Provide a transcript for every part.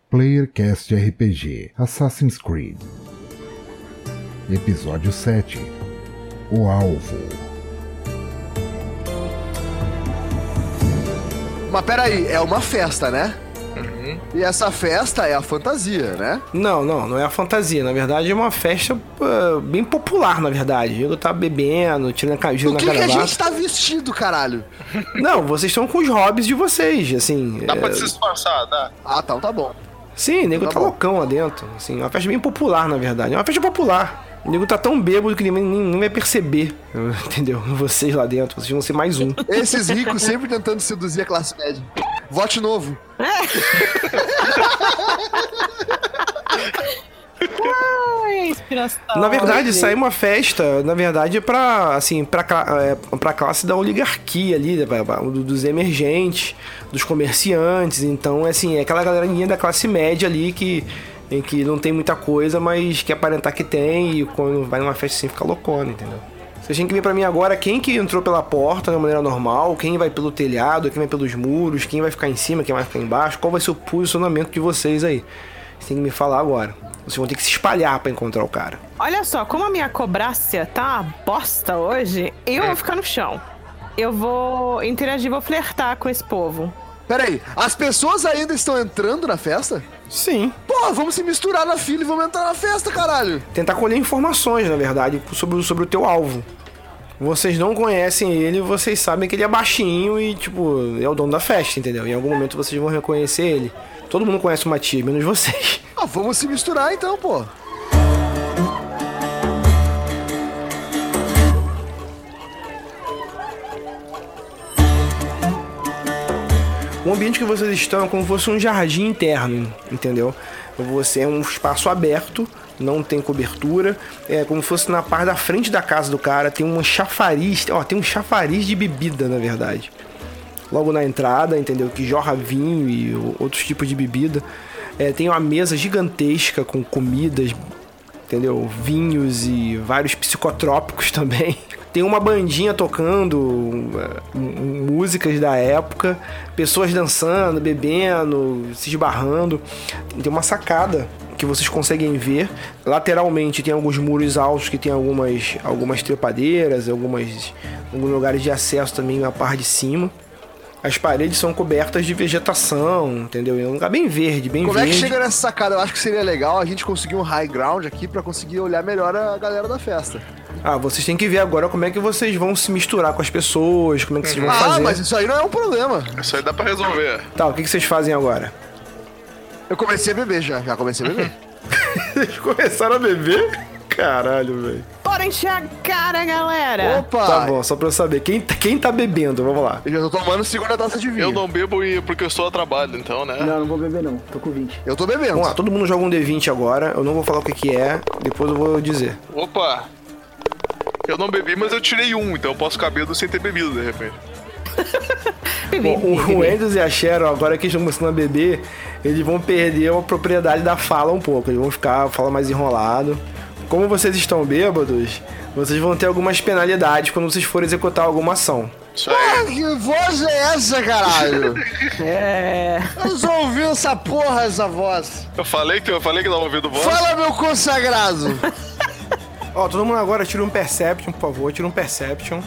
Playercast RPG Assassin's Creed Episódio 7 O Alvo. Mas peraí, é uma festa, né? Uhum. E essa festa é a fantasia, né? Não é a fantasia. Na verdade, é uma festa bem popular, na verdade. Eu tá bebendo, tirando giro na O que a gravata. gente tá vestido, caralho? Não, vocês estão com os hobbies de vocês, assim. Dá pra se disfarçar, dá? Ah, tá bom. Sim, o nego Tá tá bom. loucão lá dentro. Assim, uma festa bem popular, na verdade. É uma festa popular. O nego tá tão bêbado que nem vai perceber, entendeu? Vocês lá dentro, vocês vão ser mais um. Esses ricos sempre tentando seduzir a classe média. Vote novo. Ai, inspiração. Na verdade, isso aí é uma festa, na verdade, pra classe da oligarquia ali, dos emergentes, dos comerciantes. Então, assim, é aquela galerinha da classe média ali que não tem muita coisa, mas quer aparentar que tem, e quando vai numa festa assim fica loucona, entendeu? Vocês têm que ver pra mim agora quem que entrou pela porta de maneira normal, quem vai pelo telhado, quem vai pelos muros, quem vai ficar em cima, quem vai ficar embaixo, qual vai ser o posicionamento de vocês aí. Vocês têm que me falar agora. Vocês vão ter que se espalhar pra encontrar o cara. Olha só, como a minha cobrácia tá uma bosta hoje, eu vou ficar no chão. Eu vou interagir, vou flertar com esse povo. Peraí, as pessoas ainda estão entrando na festa? Sim. Pô, vamos se misturar na fila e vamos entrar na festa, caralho. Tentar colher informações, na verdade, sobre o teu alvo. Vocês não conhecem ele, vocês sabem que ele é baixinho e, tipo, é o dono da festa, entendeu? Em algum momento vocês vão reconhecer ele. Todo mundo conhece o Matias, menos vocês. Ah, vamos se misturar então, pô. O ambiente que vocês estão é como se fosse um jardim interno, entendeu? Você é um espaço aberto, não tem cobertura, é como se fosse na parte da frente da casa do cara, tem um chafariz, tem um chafariz de bebida, na verdade. Logo na entrada, entendeu? Que jorra vinho e outros tipos de bebida. Tem uma mesa gigantesca com comidas, entendeu? Vinhos e vários psicotrópicos também. Tem uma bandinha tocando músicas da época, pessoas dançando, bebendo, se esbarrando. Tem uma sacada que vocês conseguem ver. Lateralmente tem alguns muros altos que tem algumas trepadeiras, alguns lugares de acesso também na parte de cima. As paredes são cobertas de vegetação, entendeu? É um lugar bem verde, bem Como verde. é que chega nessa sacada? Eu acho que seria legal a gente conseguir um high ground aqui pra conseguir olhar melhor a galera da festa. Vocês têm que ver agora como é que vocês vão se misturar com as pessoas, como é que vocês vão fazer. Mas isso aí não é um problema. Isso aí dá pra resolver. Tá, o que vocês fazem agora? Eu comecei a beber já comecei a beber. Vocês começaram a beber? Caralho, velho. Bora encher a cara, galera! Opa! Tá bom, só pra eu saber. Quem tá bebendo? Vamos lá. Eu já tô tomando segunda taça de vinho. Eu não bebo porque eu estou a trabalho, então, né? Não vou beber não, tô com 20. Eu tô bebendo. Vamos lá, todo mundo joga um D20 agora. Eu não vou falar o que é, depois eu vou dizer. Opa! Eu não bebi, mas eu tirei um, então eu posso ficar bêbado sem ter bebido, de repente. Bom, o Andrews e a Sharon, agora que estão começando a beber, eles vão perder a propriedade da fala um pouco. Eles vão falar mais enrolado. Como vocês estão bêbados, vocês vão ter algumas penalidades quando vocês forem executar alguma ação. Isso aí. Ah, que voz é essa, caralho? É. Eu só ouvi essa porra, essa voz. Eu falei que tava ouvindo voz. Fala, meu consagrado. Ó, todo mundo agora tira um Perception, por favor. Tira um Perception.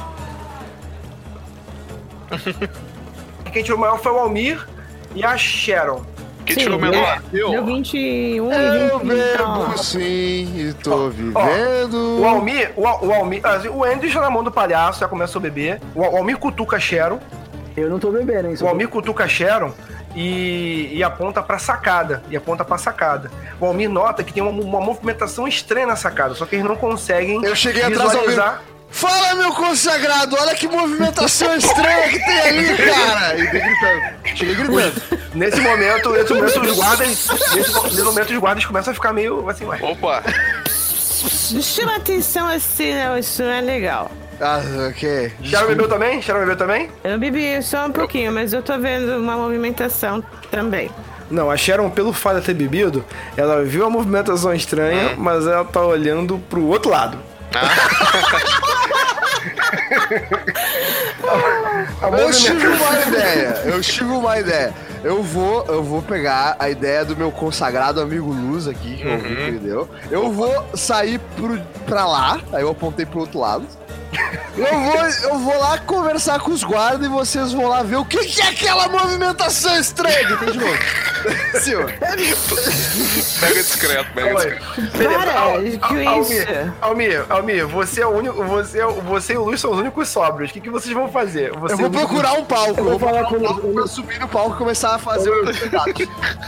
Quem tirou o maior foi o Almir e a Sharon. Quem tirou o menor? Deu 21 Eu e 20. bebo sim e tô vivendo. O Almir, o Andrew já na mão do palhaço, já começou a beber. O Almir cutuca a Sharon. Eu não tô bebendo, hein? O Almir cutuca a Sharon e aponta pra sacada. O Almir nota que tem uma movimentação estranha na sacada, só que eles não conseguem Eu cheguei atrás do visualizar. Almir. Fala, meu consagrado, olha que movimentação estranha que tem ali, cara. E dei gritando. Cheguei gritando. Nesse momento os guardas começam a ficar meio assim, ué. Opa! Chama atenção assim, não, isso não é legal. Ah, ok. Sharon bebeu também? Eu bebi só um pouquinho, mas eu tô vendo uma movimentação também. Não, a Sharon, pelo fato de ter bebido, ela viu a movimentação estranha, mas ela tá olhando pro outro lado. Eu tive uma ideia. Eu vou pegar a ideia do meu consagrado amigo Luz aqui, que eu ouvi que ele deu. Eu vou sair pra lá, aí eu apontei pro outro lado. Eu vou lá conversar com os guardas e vocês vão lá ver o que é aquela movimentação estranha. Entende, novo? Senhor. Mega discreto, mega discreto. Para, que isso? Almir, você é o único. Você e o Luiz são os únicos sóbrios. O que vocês vão fazer? Eu vou procurar um palco. Eu vou falar com palco pra subir no palco e começar a fazer o espetáculo.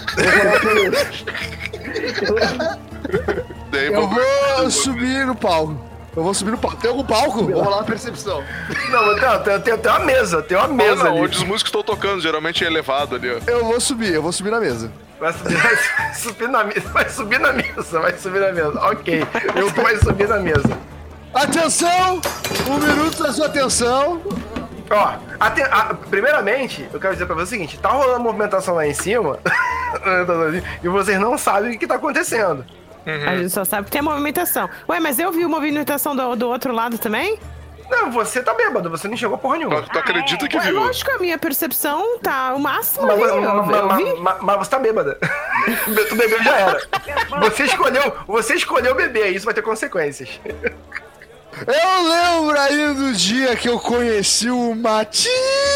Eu vou subir no palco. Tem algum palco? Vamos lá na percepção. Não, tem uma mesa. Tem uma mesa ali. Onde os músicos estão tocando, geralmente é elevado ali, ó. Eu vou subir na mesa. Vai subir na mesa. Ok. Eu vou subir na mesa. Atenção! 1 minuto da sua atenção. Ó, primeiramente, eu quero dizer pra vocês o seguinte: tá rolando movimentação lá em cima e vocês não sabem o que tá acontecendo. A gente só sabe que tem movimentação. Ué, mas eu vi movimentação do outro lado também? Não, você tá bêbado, você não chegou porra nenhuma. Tu acredita que Ué, viu? lógico, a minha percepção tá o máximo ali. Eu vi. Mas você tá bêbada. Tu bebeu já era. Você escolheu beber, isso vai ter consequências. Eu lembro aí do dia que eu conheci o Matias.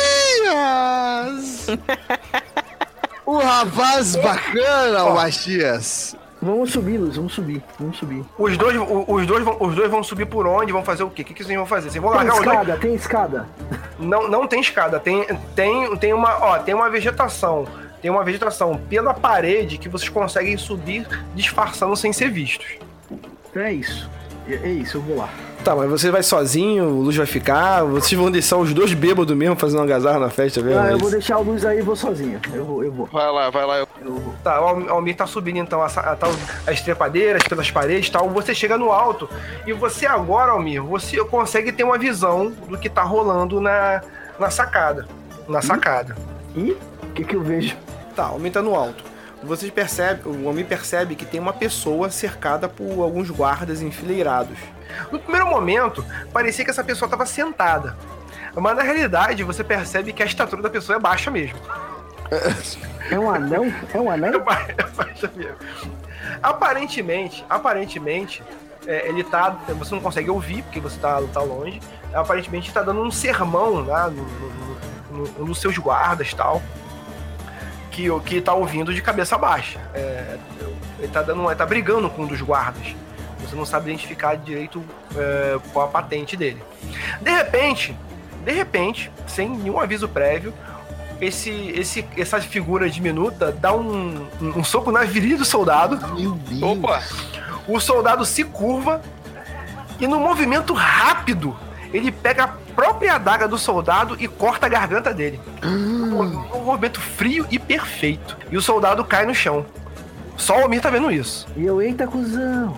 O rapaz bacana, o Matias. Vamos subir, Luz, vamos subir. Os dois vão subir por onde? Vão fazer o quê? O que vocês vão fazer? Vocês vão largar os dois? Tem escada? Não tem escada. Tem uma vegetação. Tem uma vegetação pela parede que vocês conseguem subir disfarçando sem ser vistos. É isso, eu vou lá. Tá, mas você vai sozinho, o Luz vai ficar, vocês vão deixar os dois bêbados mesmo fazendo uma algazarra na festa, velho? Não, eu vou deixar o Luz aí e vou sozinho. Eu vou. Vai lá. Tá, o Almir tá subindo então as trepadeiras pelas paredes e tal. Você chega no alto e você agora, Almir, você consegue ter uma visão do que tá rolando na sacada. E o que eu vejo? Tá, o Almir tá no alto. O Almir percebe que tem uma pessoa cercada por alguns guardas enfileirados. No primeiro momento, parecia que essa pessoa estava sentada. Mas na realidade, você percebe que a estatura da pessoa é baixa mesmo. É um anão? É baixa mesmo. Aparentemente, ele tá... Você não consegue ouvir, porque você tá longe. Aparentemente, tá dando um sermão lá nos seus guardas e tal. Que tá ouvindo de cabeça baixa. Ele tá brigando com um dos guardas. Você não sabe identificar direito qual a patente dele. De repente, sem nenhum aviso prévio, essa figura diminuta dá um soco na virilha do soldado. Meu Deus. Opa! O soldado se curva e, num movimento rápido, ele pega a própria adaga do soldado e corta a garganta dele. Um movimento frio e perfeito. E o soldado cai no chão. Só o Almir tá vendo isso. E eu, eita, cuzão.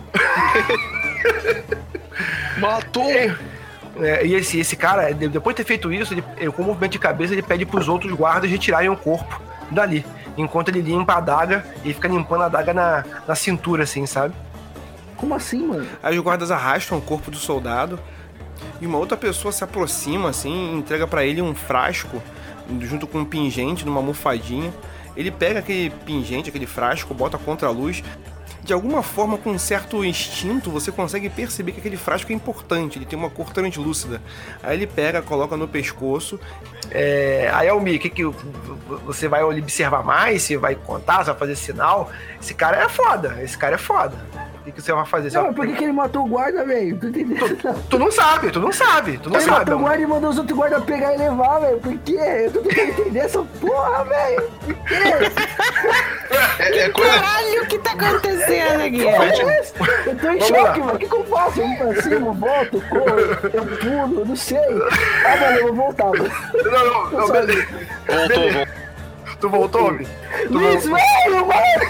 Matou! E esse cara, depois de ter feito isso, ele, com um movimento de cabeça, ele pede pros outros guardas retirarem o corpo dali. Enquanto ele limpa a adaga, ele fica limpando a adaga na cintura, assim, sabe? Como assim, mano? Aí os guardas arrastam o corpo do soldado e uma outra pessoa se aproxima, assim, e entrega pra ele um frasco, junto com um pingente, numa almofadinha. Ele pega aquele pingente, aquele frasco, bota contra a luz. De alguma forma, com um certo instinto, você consegue perceber que aquele frasco é importante. Ele tem uma cor translúcida. Aí ele pega, coloca no pescoço. Aí, Almir, que você vai observar mais? Você vai contar? Você vai fazer sinal? Esse cara é foda. O que você vai fazer? Não, mas por que ele matou o guarda, velho? Tu não sabe. Ele matou o guarda e mandou os outros guardas pegar e levar, velho. Por quê? Eu tô tentando entender essa porra, velho. Por quê? Caralho, o que tá acontecendo aqui? Eu tô em choque, mano. O que eu faço? Eu vou pra cima, volto, corro, eu pulo, eu não sei. Ah, mano, eu vou voltar, mano. Não, beleza. Voltou. Tu voltou, Almir? Luiz, velho, mano!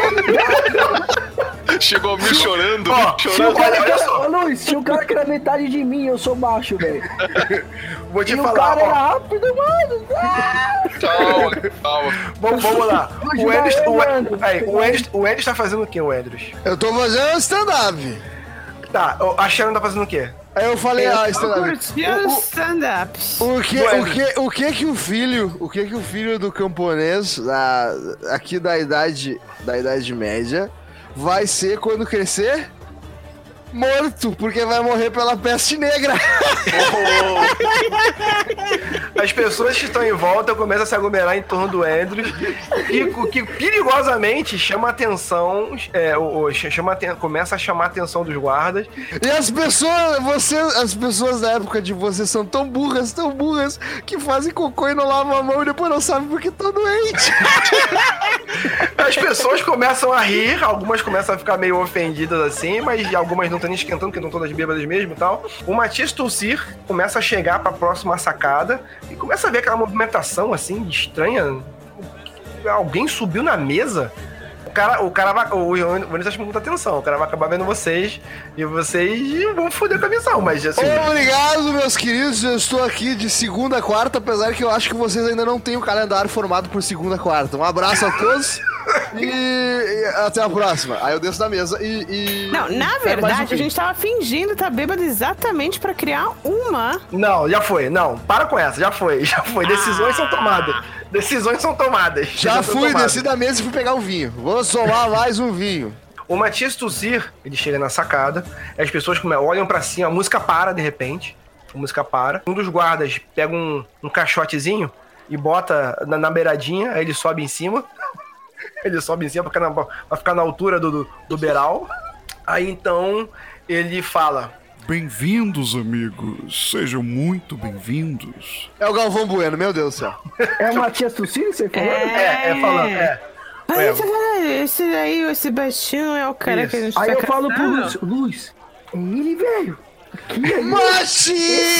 Chegou me chorando. Luiz, tinha um cara que era metade de mim, eu sou baixo, velho. Vou te e falar, o cara era rápido, mano. Calma. Vamos lá. O Edris tá fazendo o quê, o Edris? Eu tô fazendo stand-up. Tá, a Sharon tá fazendo o quê? Aí eu falei, stand-up. Curti os stand-ups. O que o filho do camponês aqui da idade média vai ser quando crescer? Morto, porque vai morrer pela peste negra. As pessoas que estão em volta começam a se aglomerar em torno do Andrews, o que perigosamente chama a atenção, começa a chamar a atenção dos guardas. E as pessoas da época de vocês são tão burras, que fazem cocô e não lavam a mão e depois não sabem porque estão doentes. As pessoas começam a rir, algumas começam a ficar meio ofendidas assim, mas algumas não estão nem esquentando, porque não estão todas bêbadas mesmo e tal. O Matias Tulsir começa a chegar pra próxima sacada e começa a ver aquela movimentação assim, estranha. Alguém subiu na mesa. O Vanessa tá chamando muita atenção. O cara vai acabar vendo vocês e vocês vão foder com a missão, mas assim. Obrigado, meus queridos. Eu estou aqui de segunda a quarta, apesar que eu acho que vocês ainda não têm o calendário formado por segunda a quarta. Um abraço a todos e até a próxima. Aí eu desço da mesa e... Não, na verdade, a gente tava fingindo estar bêbado exatamente pra criar uma. Não, já foi. Não, para com essa. Já foi. Decisões são tomadas. Já fui, desci da mesa e fui pegar o vinho. Vou somar mais um vinho. O Matias Tulsir, ele chega na sacada, as pessoas olham pra cima, a música para de repente. Um dos guardas pega um caixotezinho e bota na beiradinha, aí ele sobe em cima. Pra ficar na altura do beiral. Aí então ele fala: Bem-vindos, amigos. Sejam muito bem-vindos. É o Galvão Bueno, meu Deus do céu. É o Matias Tulsir, você falou? Esse daí, o Sebastião, é o cara que a gente Aí tá eu falo pro caçando. Luz, ele, velho. Matias!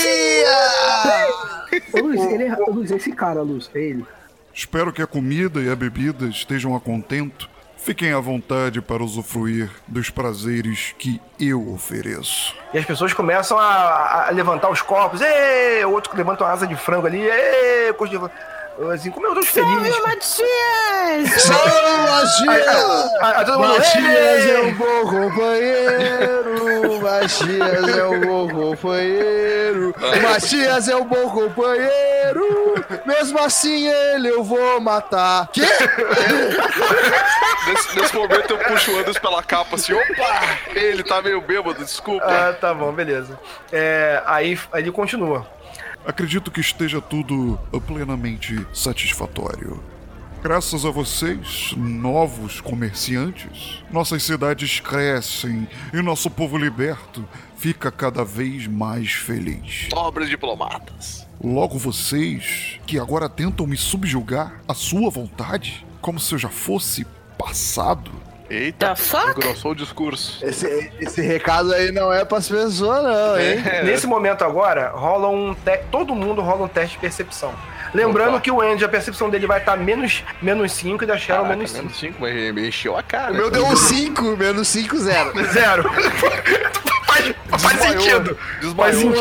Luz, esse cara, Luz, é ele. Espero que a comida e a bebida estejam a contento. Fiquem à vontade para usufruir dos prazeres que eu ofereço. E as pessoas começam a levantar os copos. Ê! O outro levanta uma asa de frango ali. Ê! Assim, como eu tô feliz. Salve, Matias! Salve, Matias! Matias é um bom companheiro. Matias é um bom companheiro. Matias é um bom companheiro. Mesmo assim ele eu vou matar. Quê? Nesse momento eu puxo o Anderson pela capa assim, opa! Ele tá meio bêbado, desculpa. Ah, tá bom, beleza. Aí ele continua. Acredito que esteja tudo plenamente satisfatório. Graças a vocês, novos comerciantes, nossas cidades crescem e nosso povo liberto fica cada vez mais feliz. Pobres diplomatas. Logo vocês, que agora tentam me subjugar à sua vontade, como se eu já fosse passado. Eita, The fuck? engrossou o discurso. Esse recado aí não é pras pessoas, não, hein? Nesse momento agora, todo mundo rola um teste de percepção. Lembrando que o Andy, a percepção dele vai estar menos 5 e da Cheryl menos 5. Menos 5, mas me encheu a cara. O meu deu um 5, menos 5, 0. 0. Faz sentido. Desmaiou.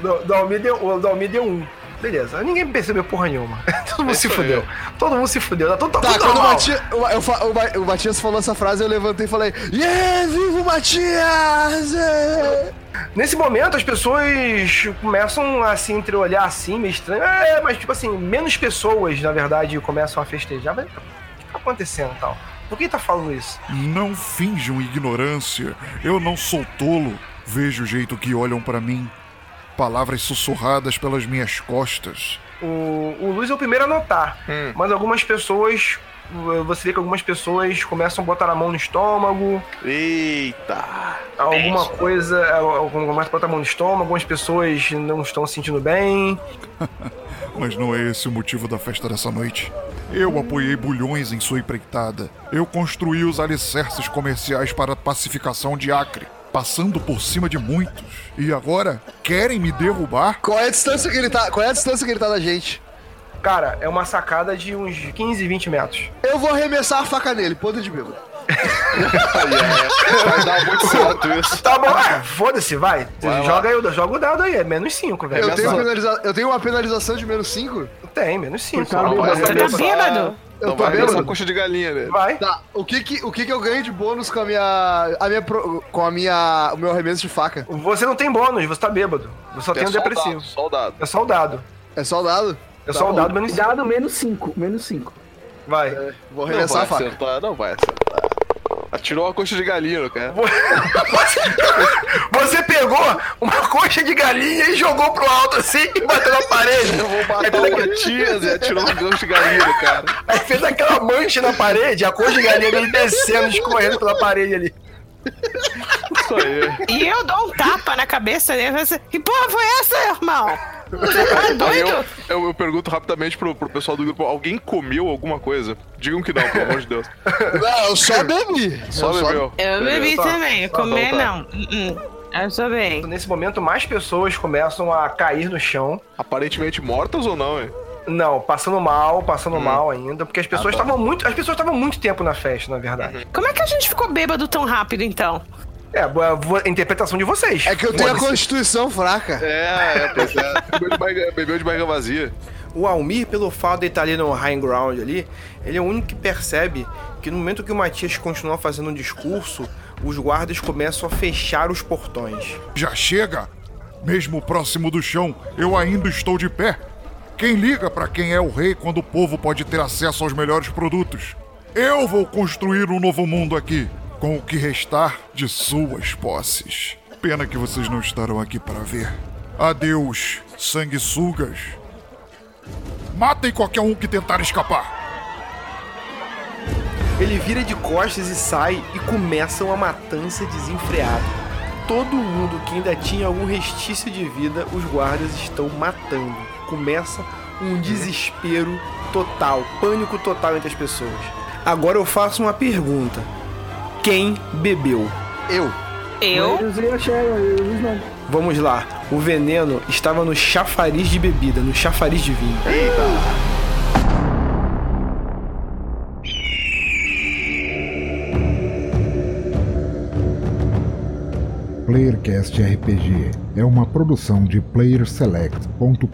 O Dalmi deu 1. Beleza, ninguém percebeu porra nenhuma. Todo mundo se fudeu. Tá tudo normal. O Matias falou essa frase, eu levantei e falei: Yeah, viva o Matias! Yeah! Nesse momento, as pessoas começam a se entreolhar assim, meio estranho. Mas tipo assim, menos pessoas, na verdade, começam a festejar. Mas o que tá acontecendo e tal? Por que tá falando isso? Não finjam ignorância. Eu não sou tolo. Vejo o jeito que olham pra mim. Palavras sussurradas pelas minhas costas. O Luiz é o primeiro a notar, mas algumas pessoas... Você vê que algumas pessoas começam a botar a mão no estômago. Eita! Alguma coisa... Começa a botar a mão no estômago, algumas pessoas não estão se sentindo bem. Mas não é esse o motivo da festa dessa noite. Eu apoiei bulhões em sua empreitada. Eu construí os alicerces comerciais para a pacificação de Acre, passando por cima de muitos. E agora querem me derrubar? Qual é a distância que ele tá da gente? Cara, é uma sacada de uns 15, 20 metros. Eu vou arremessar a faca nele, podre de bêbado. Vai dar muito certo isso. Tá bom, foda-se, vai. Joga o dado aí, é menos 5, velho. Eu tenho uma penalização de menos 5? Tem, menos 5. Tá bêbado. Você tá bêbado? Eu Não tô vai arremessar bêbado? a coxa de galinha, né? Vai. Tá, o que eu ganho de bônus com o meu arremesso de faca? Você não tem bônus, você tá bêbado. Você só tem um depressivo. Soldado. É só o dado. É só o dado? É só o dado menos 5. Dado menos 5. Menos 5. Vai. Vou Não arremessar vai a faca. acertar, não vai acertar. Atirou a coxa de galinha, cara. Você pegou uma coxa de galinha e jogou pro alto assim e bateu na parede. Eu vou matar o Matias e atirou uma coxa de galinha, cara. Aí fez aquela mancha na parede, a coxa de galinha dele descendo, escorrendo pela parede ali. Isso aí. E eu dou um tapa na cabeça dele. Que porra foi essa, irmão? Tá Aí doido? eu pergunto rapidamente pro pessoal do grupo, alguém comeu alguma coisa? Digam que não, pelo amor de Deus. Não, eu só bebi. Só bebeu. Eu bebi Tá. também. Tá Comer bom, tá. não. Eu sou bem. Nesse momento, mais pessoas começam a cair no chão. Aparentemente mortas ou não, hein? Não, passando mal ainda, porque as pessoas estavam muito tempo na festa, na verdade. Como é que a gente ficou bêbado tão rápido, então? É, a interpretação de vocês. É que eu tenho a Foda-se. constituição fraca. Pois é. Bebeu de barriga vazia. O Almir, pelo fato de estar ali no high ground ali, ele é o único que percebe que no momento que o Matias continua fazendo um discurso, os guardas começam a fechar os portões. Já chega? Mesmo próximo do chão, eu ainda estou de pé. Quem liga pra quem é o rei quando o povo pode ter acesso aos melhores produtos? Eu vou construir um novo mundo aqui, com o que restar de suas posses. Pena que vocês não estarão aqui para ver. Adeus, sanguessugas. Matem qualquer um que tentar escapar. Ele vira de costas e sai e começa uma matança desenfreada. Todo mundo que ainda tinha algum restício de vida, os guardas estão matando. Começa um desespero total, pânico total entre as pessoas. Agora eu faço uma pergunta. Quem bebeu? Eu. Eu? Eu usei a Sherry, eu uso não. Vamos lá. O veneno estava no chafariz de bebida, no chafariz de vinho. Playercast RPG é uma produção de playerselect.com.br.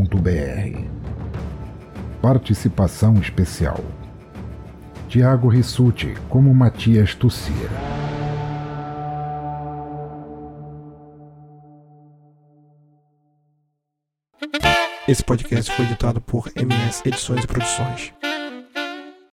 Participação especial: Thiago Rissuti como Matias Tussir. Esse podcast foi editado por MS Edições e Produções.